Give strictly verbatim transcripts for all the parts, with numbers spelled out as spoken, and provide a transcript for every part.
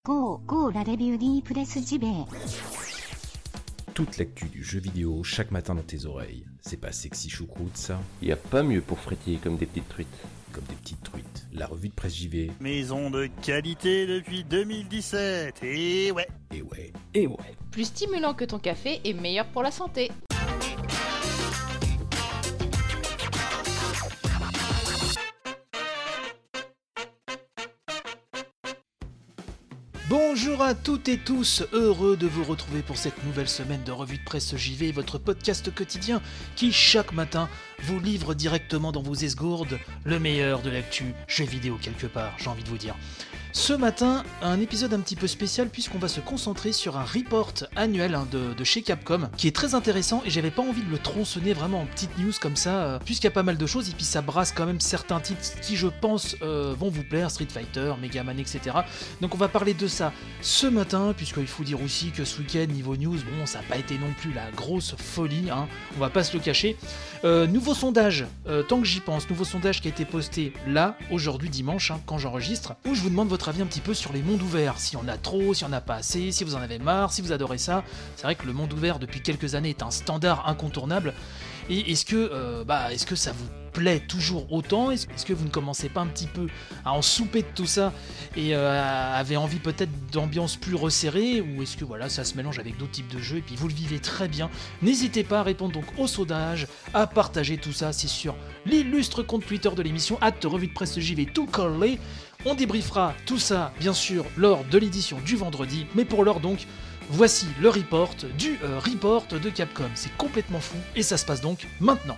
Go, go, la review di Presse J B. Toute l'actu du jeu vidéo chaque matin dans tes oreilles. C'est pas sexy choucroute ça? Y a pas mieux pour frétiller comme des petites truites. Comme des petites truites. La revue de Presse J V. Maison de qualité depuis deux mille dix-sept. Et ouais. Et ouais. Et ouais. Plus stimulant que ton café et meilleur pour la santé. Bonjour à toutes et tous, heureux de vous retrouver pour cette nouvelle semaine de Revue de Presse J V, votre podcast quotidien qui chaque matin vous livre directement dans vos esgourdes le meilleur de l'actu jeu vidéo quelque part, j'ai envie de vous dire. Ce matin, un épisode un petit peu spécial puisqu'on va se concentrer sur un report annuel hein, de, de chez Capcom qui est très intéressant et j'avais pas envie de le tronçonner vraiment en petites news comme ça euh, puisqu'il y a pas mal de choses et puis ça brasse quand même certains titres qui je pense euh, vont vous plaire, Street Fighter, Mega Man, et cetera. Donc on va parler de ça ce matin puisqu'il faut dire aussi que ce week-end niveau news, bon ça n'a pas été non plus la grosse folie, hein, on va pas se le cacher. Euh, nouveau sondage, euh, tant que j'y pense, nouveau sondage qui a été posté là, aujourd'hui dimanche, hein, quand j'enregistre, où je vous demande votre avis un petit peu sur les mondes ouverts, s'il y en a trop, s'il y en a pas assez, si vous en avez marre, si vous adorez ça. C'est vrai que le monde ouvert depuis quelques années est un standard incontournable. Et est-ce que, euh, bah, est-ce que ça vous plaît toujours autant? Est-ce, est-ce que vous ne commencez pas un petit peu à en souper de tout ça et euh, avez envie peut-être d'ambiance plus resserrée? Ou est-ce que voilà, ça se mélange avec d'autres types de jeux et puis vous le vivez très bien? N'hésitez pas à répondre donc au sondage, à partager tout ça, c'est sur l'illustre compte Twitter de l'émission arobase revue de presse J V tout collé. On débriefera tout ça, bien sûr, lors de l'édition du vendredi, mais pour l'heure donc, voici le report du euh, report de Capcom. C'est complètement fou, et ça se passe donc maintenant.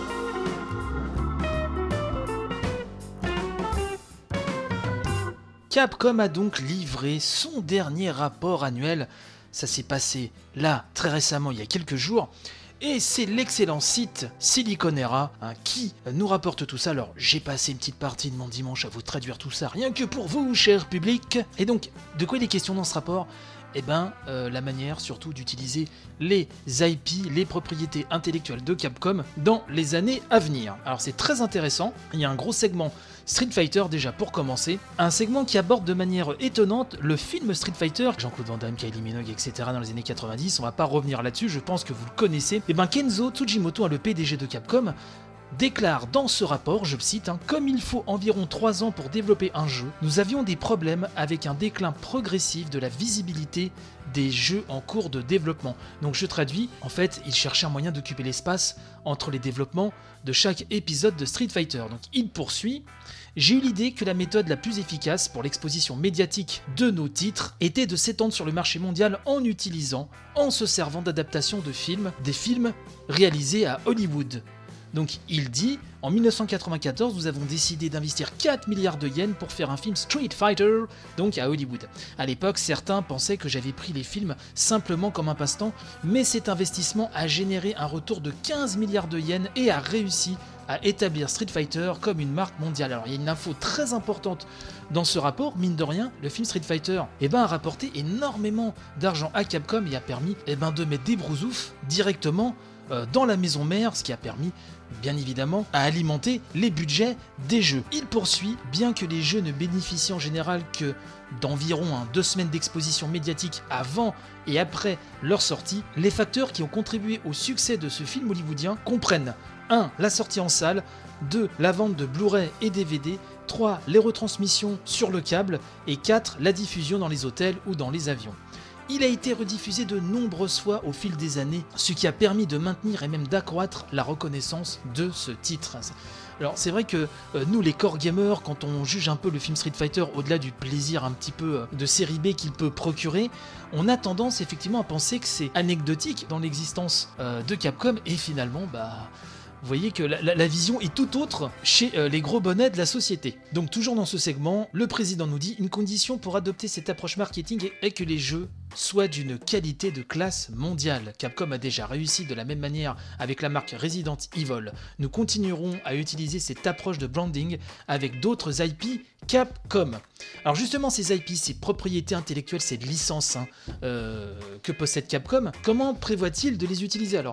Capcom a donc livré son dernier rapport annuel. Ça s'est passé là, très récemment, il y a quelques jours. Et c'est l'excellent site Siliconera hein, qui nous rapporte tout ça. Alors j'ai passé une petite partie de mon dimanche à vous traduire tout ça, rien que pour vous, cher public. Et donc, de quoi il est question dans ce rapport ? Eh ben, euh, la manière surtout d'utiliser les I P, les propriétés intellectuelles de Capcom dans les années à venir. Alors c'est très intéressant, il y a un gros segment Street Fighter déjà pour commencer, un segment qui aborde de manière étonnante le film Street Fighter, Jean-Claude Van Damme, Kylie Minogue, et cetera dans les années quatre-vingt-dix, on va pas revenir là-dessus, je pense que vous le connaissez. Et ben Kenzo Tsujimoto, le P D G de Capcom, déclare dans ce rapport, je cite, hein, « Comme il faut environ trois ans pour développer un jeu, nous avions des problèmes avec un déclin progressif de la visibilité des jeux en cours de développement. » Donc je traduis, en fait, il cherchait un moyen d'occuper l'espace entre les développements de chaque épisode de Street Fighter. Donc il poursuit, « J'ai eu l'idée que la méthode la plus efficace pour l'exposition médiatique de nos titres était de s'étendre sur le marché mondial en utilisant, en se servant d'adaptations de films, des films réalisés à Hollywood. » Donc il dit, en dix-neuf cent quatre-vingt-quatorze, nous avons décidé d'investir quatre milliards de yens pour faire un film Street Fighter, donc à Hollywood. À l'époque, certains pensaient que j'avais pris les films simplement comme un passe-temps, mais cet investissement a généré un retour de quinze milliards de yens et a réussi à établir Street Fighter comme une marque mondiale. Alors il y a une info très importante dans ce rapport, mine de rien, le film Street Fighter eh ben, a rapporté énormément d'argent à Capcom et a permis eh ben, de mettre des brousoufs directement euh, dans la maison mère, ce qui a permis bien évidemment, à alimenter les budgets des jeux. Il poursuit, bien que les jeux ne bénéficient en général que d'environ hein, deux semaines d'exposition médiatique avant et après leur sortie, les facteurs qui ont contribué au succès de ce film hollywoodien comprennent un. La sortie en salle, deux. La vente de Blu-ray et D V D, trois. Les retransmissions sur le câble, et quatre. La diffusion dans les hôtels ou dans les avions. Il a été rediffusé de nombreuses fois au fil des années, ce qui a permis de maintenir et même d'accroître la reconnaissance de ce titre. Alors c'est vrai que euh, nous les core gamers, quand on juge un peu le film Street Fighter au-delà du plaisir un petit peu euh, de série B qu'il peut procurer, on a tendance effectivement à penser que c'est anecdotique dans l'existence euh, de Capcom et finalement bah... Vous voyez que la, la, la vision est tout autre chez euh, les gros bonnets de la société. Donc toujours dans ce segment, le président nous dit « Une condition pour adopter cette approche marketing est, est que les jeux soient d'une qualité de classe mondiale. Capcom a déjà réussi de la même manière avec la marque Resident Evil. Nous continuerons à utiliser cette approche de branding avec d'autres I P Capcom. » Alors justement, ces I P, ces propriétés intellectuelles, ces licences hein, euh, que possède Capcom, comment prévoit-il de les utiliser? Alors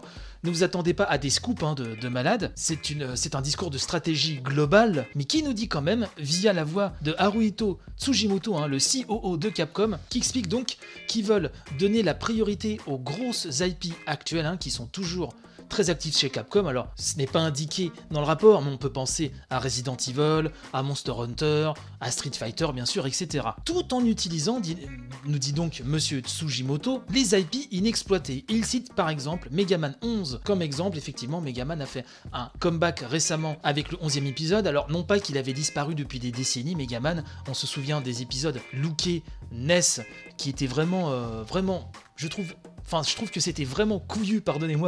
ne vous attendez pas à des scoops hein, de, de malade, c'est, une, c'est un discours de stratégie globale, mais qui nous dit quand même, via la voix de Haruhito Tsujimoto, hein, le C O O de Capcom, qui explique donc qu'ils veulent donner la priorité aux grosses I P actuelles, hein, qui sont toujours très actifs chez Capcom. Alors, ce n'est pas indiqué dans le rapport, mais on peut penser à Resident Evil, à Monster Hunter, à Street Fighter, bien sûr, et cetera. Tout en utilisant, dit, nous dit donc Monsieur Tsujimoto, les I P inexploités. Il cite par exemple Megaman onze comme exemple. Effectivement, Megaman a fait un comeback récemment avec le onzième épisode. Alors, non pas qu'il avait disparu depuis des décennies, Megaman, on se souvient des épisodes lookés N E S, qui étaient vraiment, euh, vraiment, je trouve... Enfin, je trouve que c'était vraiment couillu, pardonnez-moi,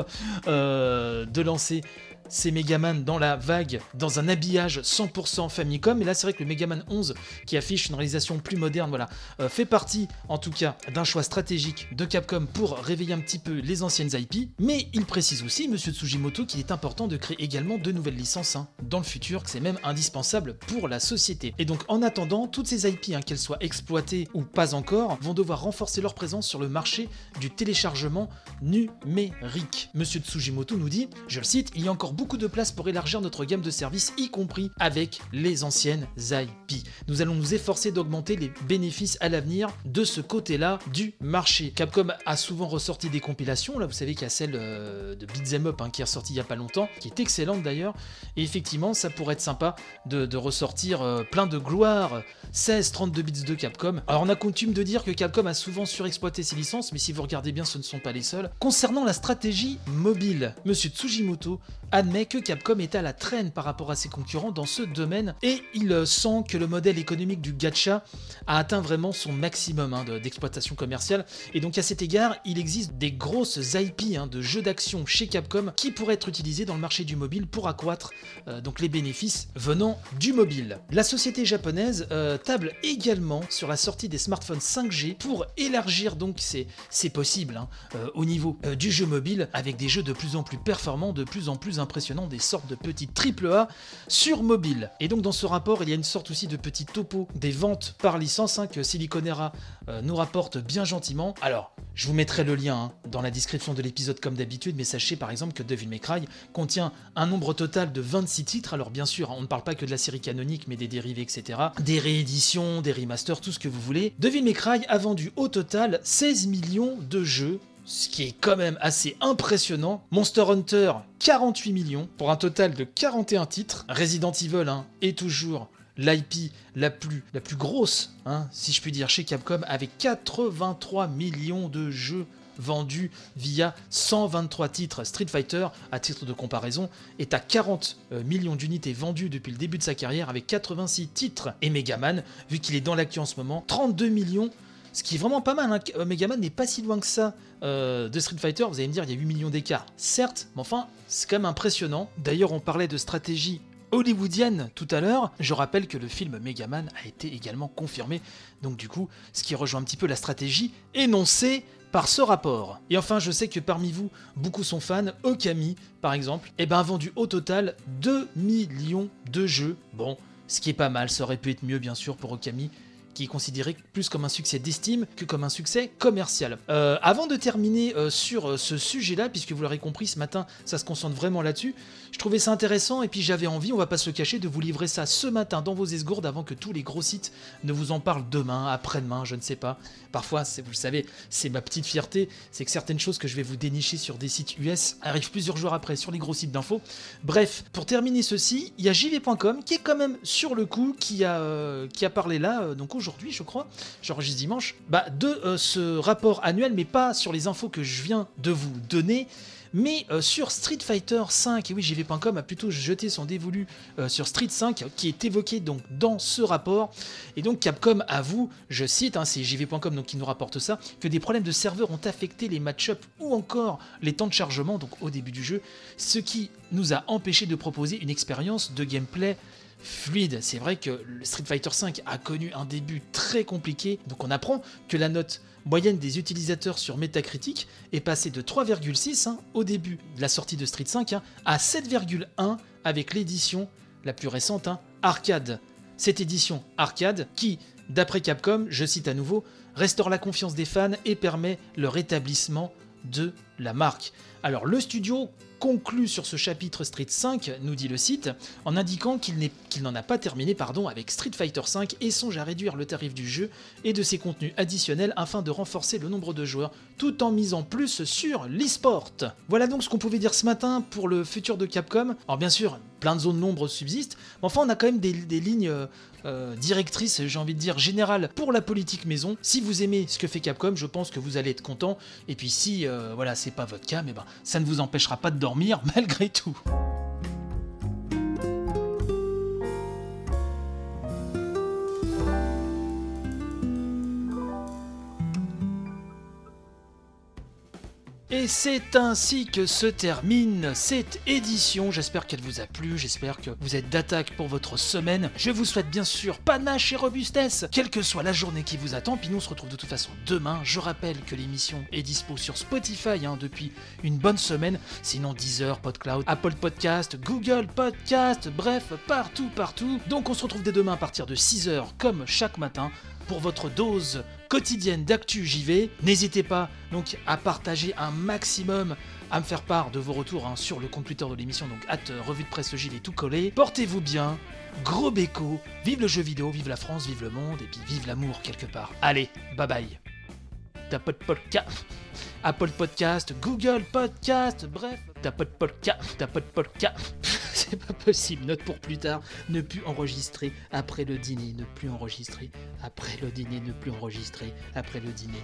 euh, de lancer ces Megaman dans la vague, dans un habillage cent pour cent Famicom. Et là, c'est vrai que le Megaman onze, qui affiche une réalisation plus moderne, voilà, euh, fait partie, en tout cas, d'un choix stratégique de Capcom pour réveiller un petit peu les anciennes I P. Mais il précise aussi, Monsieur Tsujimoto, qu'il est important de créer également de nouvelles licences hein, dans le futur, que c'est même indispensable pour la société. Et donc, en attendant, toutes ces I P, hein, qu'elles soient exploitées ou pas encore, vont devoir renforcer leur présence sur le marché du téléchargement numérique. Monsieur Tsujimoto nous dit, je le cite, il y a encore beaucoup de place pour élargir notre gamme de services, y compris avec les anciennes I P. Nous allons nous efforcer d'augmenter les bénéfices à l'avenir de ce côté-là du marché. Capcom a souvent ressorti des compilations, là vous savez qu'il y a celle euh, de Beat'em Up hein, qui est ressortie il y a pas longtemps, qui est excellente d'ailleurs, et effectivement ça pourrait être sympa de, de ressortir euh, plein de gloire, seize trente-deux bits de Capcom. Alors on a coutume de dire que Capcom a souvent surexploité ses licences, mais si vous regardez bien ce ne sont pas les seuls. Concernant la stratégie mobile, Monsieur Tsujimoto admet que Capcom est à la traîne par rapport à ses concurrents dans ce domaine et il sent que le modèle économique du gacha a atteint vraiment son maximum hein, d'exploitation commerciale, et donc à cet égard il existe des grosses I P hein, de jeux d'action chez Capcom qui pourraient être utilisés dans le marché du mobile pour accroître euh, donc les bénéfices venant du mobile. La société japonaise euh, table également sur la sortie des smartphones cinq G pour élargir donc ses, ses possibles hein, euh, au niveau euh, du jeu mobile, avec des jeux de plus en plus performants, de plus en plus impressionnants, des sortes de petits triple A sur mobile. Et donc dans ce rapport, il y a une sorte aussi de petit topo des ventes par licence hein, que Siliconera euh, nous rapporte bien gentiment. Alors, je vous mettrai le lien hein, dans la description de l'épisode comme d'habitude, mais sachez par exemple que Devil May Cry contient un nombre total de vingt-six titres. Alors bien sûr, on ne parle pas que de la série canonique, mais des dérivés, et cetera. Des rééditions, des remasters, tout ce que vous voulez. Devil May Cry a vendu au total seize millions de jeux, ce qui est quand même assez impressionnant. Monster Hunter, quarante-huit millions, pour un total de quarante et un titres. Resident Evil hein, est toujours l'I P la plus, la plus grosse, hein, si je puis dire, chez Capcom, avec quatre-vingt-trois millions de jeux vendus via cent vingt-trois titres. Street Fighter, à titre de comparaison, est à quarante millions d'unités vendues depuis le début de sa carrière, avec quatre-vingt-six titres. Et Megaman, vu qu'il est dans l'actu en ce moment, trente-deux millions, ce qui est vraiment pas mal, hein. Megaman n'est pas si loin que ça euh, de Street Fighter. Vous allez me dire, il y a huit millions d'écart. Certes, mais enfin, c'est quand même impressionnant. D'ailleurs, on parlait de stratégie hollywoodienne tout à l'heure. Je rappelle que le film Megaman a été également confirmé. Donc du coup, ce qui rejoint un petit peu la stratégie énoncée par ce rapport. Et enfin, je sais que parmi vous, beaucoup sont fans. Okami, par exemple, eh ben, a vendu au total deux millions de jeux. Bon, ce qui est pas mal, ça aurait pu être mieux bien sûr pour Okami, qui est considéré plus comme un succès d'estime que comme un succès commercial. Euh, avant de terminer euh, sur euh, ce sujet-là, puisque vous l'aurez compris, ce matin, ça se concentre vraiment là-dessus, je trouvais ça intéressant et puis j'avais envie, on va pas se le cacher, de vous livrer ça ce matin dans vos esgourdes avant que tous les gros sites ne vous en parlent demain, après-demain, je ne sais pas. Parfois, vous le savez, c'est ma petite fierté, c'est que certaines choses que je vais vous dénicher sur des sites U S arrivent plusieurs jours après sur les gros sites d'infos. Bref, pour terminer ceci, il y a J V point com qui est quand même sur le coup, qui a, euh, qui a parlé là, euh, donc aujourd'hui, aujourd'hui, je crois, j'enregistre dimanche, bah, de euh, ce rapport annuel, mais pas sur les infos que je viens de vous donner, mais euh, sur Street Fighter cinq. Et oui, J V point com a plutôt jeté son dévolu euh, sur Street cinq, qui est évoqué donc dans ce rapport. Et donc Capcom avoue, je cite, hein, c'est J V point com donc qui nous rapporte ça, que des problèmes de serveurs ont affecté les match-ups ou encore les temps de chargement, donc au début du jeu, ce qui nous a empêché de proposer une expérience de gameplay fluide. C'est vrai que le Street Fighter cinq a connu un début très compliqué, donc on apprend que la note moyenne des utilisateurs sur Metacritic est passée de trois virgule six hein, au début de la sortie de Street cinq hein, à sept virgule un avec l'édition la plus récente, hein, Arcade. Cette édition Arcade qui, d'après Capcom, je cite à nouveau, restaure la confiance des fans et permet le rétablissement de la marque. Alors le studio conclut sur ce chapitre Street cinq, nous dit le site, en indiquant qu'il, n'est, qu'il n'en a pas terminé pardon, avec Street Fighter cinq et songe à réduire le tarif du jeu et de ses contenus additionnels afin de renforcer le nombre de joueurs tout en misant plus sur l'e-sport. Voilà donc ce qu'on pouvait dire ce matin pour le futur de Capcom. Alors bien sûr, plein de zones d'ombre subsistent, mais enfin on a quand même des, des lignes euh, directrices, j'ai envie de dire générales pour la politique maison. Si vous aimez ce que fait Capcom, je pense que vous allez être content, et puis si euh, voilà, c'est pas votre cas, mais ben, ça ne vous empêchera pas de dormir malgré tout. Et c'est ainsi que se termine cette édition. J'espère qu'elle vous a plu, j'espère que vous êtes d'attaque pour votre semaine. Je vous souhaite bien sûr panache et robustesse, quelle que soit la journée qui vous attend. Puis nous on se retrouve de toute façon demain. Je rappelle que l'émission est dispo sur Spotify hein, depuis une bonne semaine. Sinon Deezer, PodCloud, Apple Podcast, Google Podcast, bref, partout, partout. Donc on se retrouve dès demain à partir de six heures comme chaque matin pour votre dose quotidienne d'actu J V. N'hésitez pas donc à partager un maximum, à me faire part de vos retours hein, sur le compte Twitter de l'émission, donc at revue de presse Gilles et tout collé. Portez-vous bien, gros béco, vive le jeu vidéo, vive la France, vive le monde, et puis vive l'amour quelque part. Allez, bye bye. T'as pas de podcast, Apple Podcast, Google Podcast, bref, t'as pas de podcast, t'as pas de podcast. C'est pas possible, note pour plus tard, ne plus enregistrer après le dîner, ne plus enregistrer après le dîner, ne plus enregistrer après le dîner.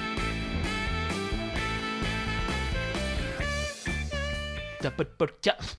T'as pas de podcast.